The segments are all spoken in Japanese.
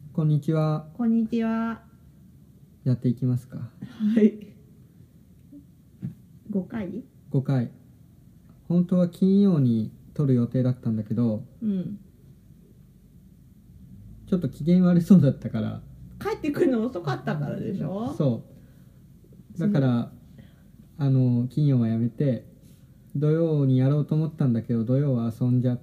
こんにちは。 こんにちは。 やっていきますか。 はい。5回？ 5回。本当は金曜に撮る予定だったんだけど、 うん。 ちょっと機嫌悪そうだったから。 帰ってくるの遅かったからでしょ。 そうだから金曜はやめて土曜にやろうと思ったんだけど、土曜は遊んじゃって、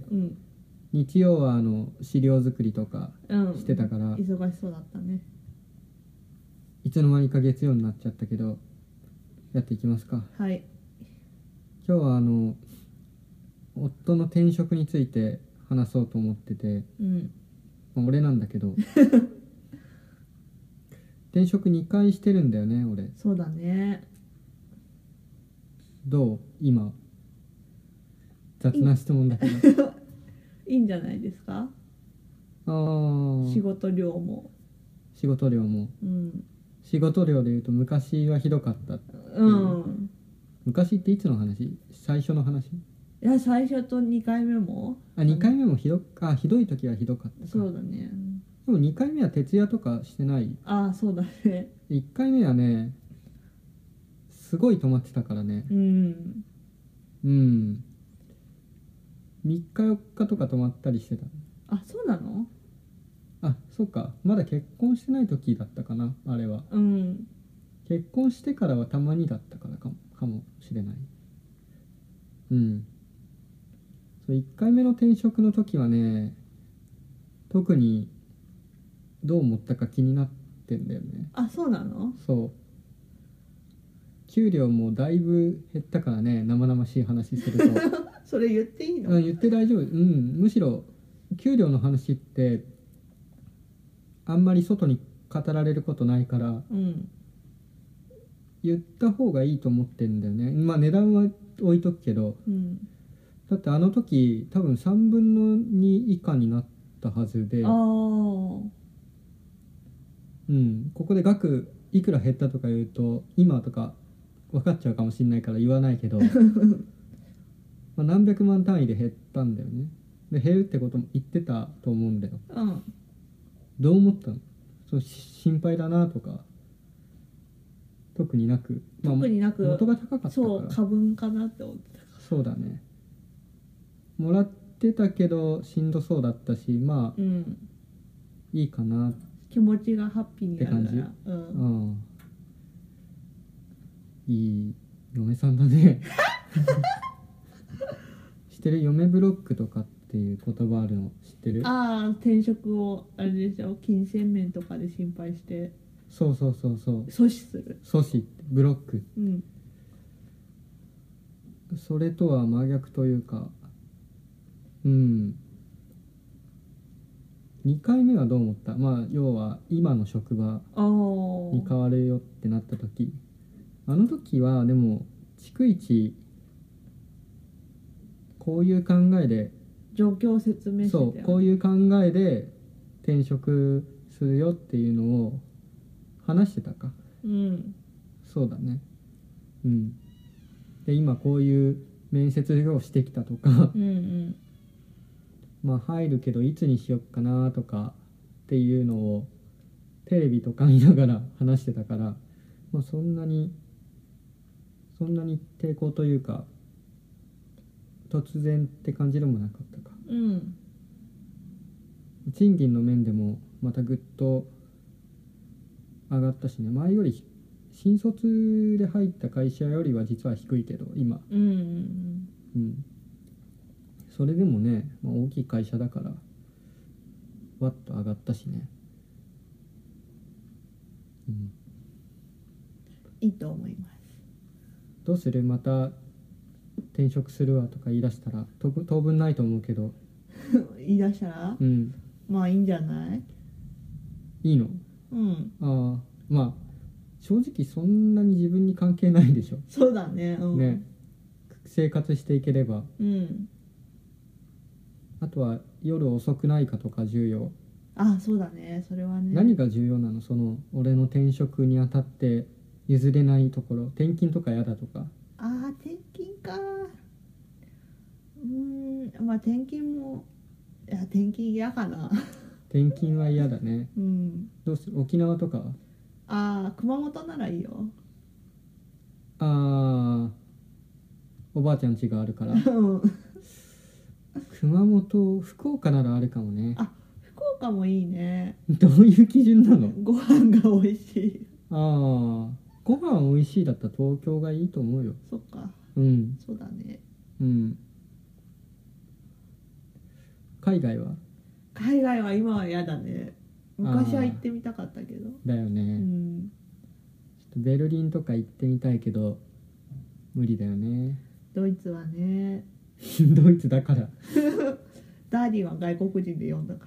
うん。 日曜は資料作りとかしてたから、 忙しそうだったね。 いつの間にか月曜になっちゃったけど、やっていきますか。 はい。 今日は夫の転職について話そうと思ってて、 うん。 俺なんだけど転職2回してるんだよね、俺。 そうだね。 どう今、雑な質問だけどいいんじゃないですか。仕事量も。 仕事量も。 うん。 仕事量でいうと昔はひどかったっていう、 うん。 昔っていつの話？最初の話？ いや、最初と2回目も。 2回目もひどい時はひどかったか。 そうだね。 でも2回目は徹夜とかしてない？ そうだね。 1回目はね、すごい止まってたからね。 うん。 3日4日とか止まったりしてた。 そうなの？ そうか、まだ結婚してない時だったかな、あれは。 うん。 結婚してからはたまにだったからかもしれない。そう、1回目の転職の時はね、特にどう思ったか気になってんだよね。 そうなの？ そう、給料もだいぶ減ったからね、生々しい話するとそれ言っていいの？ 言って大丈夫。むしろ給料の話ってあんまり外に語られることないから、 うん。 言った方がいいと思ってんだよね。値段は置いとくけど、 うん。 だってあの時多分3分の2以下になったはずで、ここで額いくら減ったとか言うと今とか分かっちゃうかもしれないから言わないけど何百万単位で減ったんだよね。で減るってことも言ってたと思うんだよ。どう思ったの？心配だなとか。特になく、元が高かったから。 そう過分かなって思ってた。 そうだね。もらってたけどしんどそうだったし、いいかなって気持ちがハッピーになる感じ。いい嫁さんだね知ってる？嫁ブロックとかっていう言葉あるの知ってる？ 転職をあれでしょ、金銭面とかで心配してそう阻止する。 阻止ってブロック、それとは真逆というか、2回目はどう思った？要は今の職場に変わるよってなった時、あの時はでも逐一こういう考えで状況を説明してたよね。 こういう考えで転職するよっていうのを話してたか。そうだね。で今こういう面接をしてきたとか入るけどいつにしよっかなとかっていうのをテレビとか見ながら話してたから、そんなに抵抗というか突然って感じでもなかったか。賃金の面でもまたぐっと上がったしね。前より新卒で入った会社よりは実は低いけど今、それでもね、大きい会社だからわっと上がったしね。 いいと思います。 どうする？また転職するわとか言い出したら当分ないと思うけど言い出したらいいんじゃない？いいの？正直そんなに自分に関係ないでしょ。 そうだね。 生活していければ。あとは夜遅くないかとか重要。 そうだね。それはね。 何が重要なの？俺の転職にあたって譲れないところ。転勤とか嫌だとか。 転勤か。転勤も転勤嫌かな転勤は嫌だね。 うん。 どうする？沖縄とかは？ ああ、熊本ならいいよ。 ああ、おばあちゃん家があるから。 うん。 熊本、福岡ならあるかもね。 あ、福岡もいいね。 どういう基準なの？ ご飯が美味しい。 ああ、ご飯美味しいだったら東京がいいと思うよ。 そっか。 うん。 そうだね。 うん。海外は？ 海外は今は嫌だね。昔は行ってみたかったけど。 だようね。 ん。 ちょっとベルリンとか行ってみたいけど無理だよね。 ドイツはね。 ドイツだから。 ダーリンは外国人で読んだから。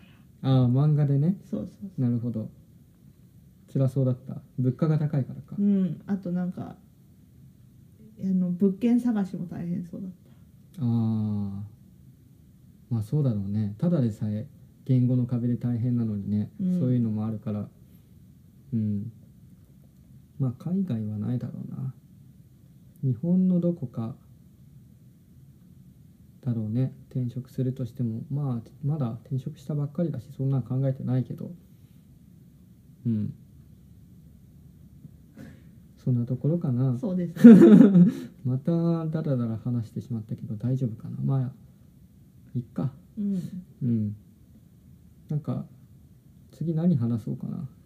ああ、漫画でね。 そうそうそう。 なるほど。辛そうだった？物価が高いからか。 うん。あとなんか物件探しも大変そうだった。 ああ、まあそうだろうね。ただでさえ言語の壁で大変なのにね、 うん、 そういうのもあるから。うん。まあ海外はないだろうな。日本のどこかだろうね。転職するとしても、まあまだ転職したばっかりだし、そんな考えてないけど。うん。そんなところかな。 そうですね。 またダラダラ話してしまったけど大丈夫かな。まあいっか。 うん。 うん。なんか次何話そうかな。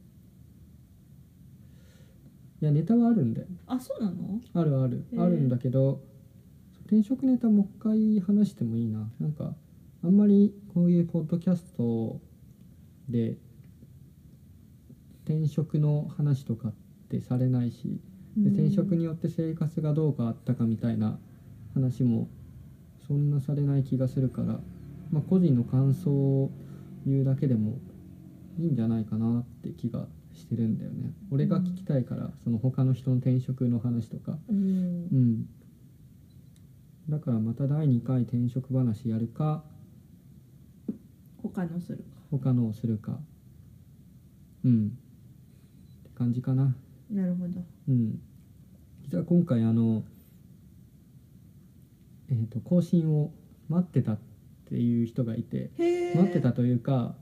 いやネタはあるんだよ。 あ、そうなの？ あるあるあるんだけど、転職ネタもう一回話してもいいな。なんかあんまりこういうポッドキャストで転職の話とかってされないし、で転職によって生活がどう変わったかみたいな話もそんなされない気がするから、まあ、個人の感想を言うだけでもいいんじゃないかなって気がしてるんだよね。俺が聞きたいから、その他の人の転職の話とか、うん、だからまた第2回転職話やるか、 他のするか。 他のをするか、って感じかな。 なるほど。 実は今回更新を待ってたっていう人がいて、待ってたというか、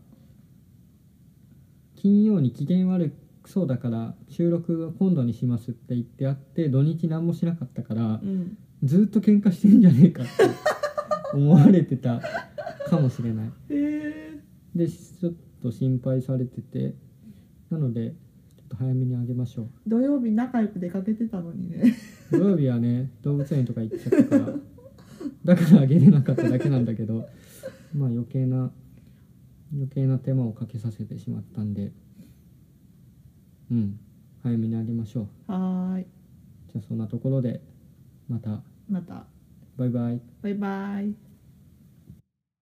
金曜に機嫌悪そうだから収録は今度にしますって言ってあって、土日何もしなかったから、ずっと喧嘩してるんじゃねえかって思われてたかもしれない。でちょっと心配されてて、なのでちょっと早めにあげましょう。 土曜日仲良く出かけてたのにね。 土曜日はね動物園とか行っちゃったからだからあげれなかっただけなんだけど、まあ余計な手間をかけさせてしまったんで、早めにあげましょう。 はい。 じゃあそんなところでまたまた。 バイバイ。 バイバイ。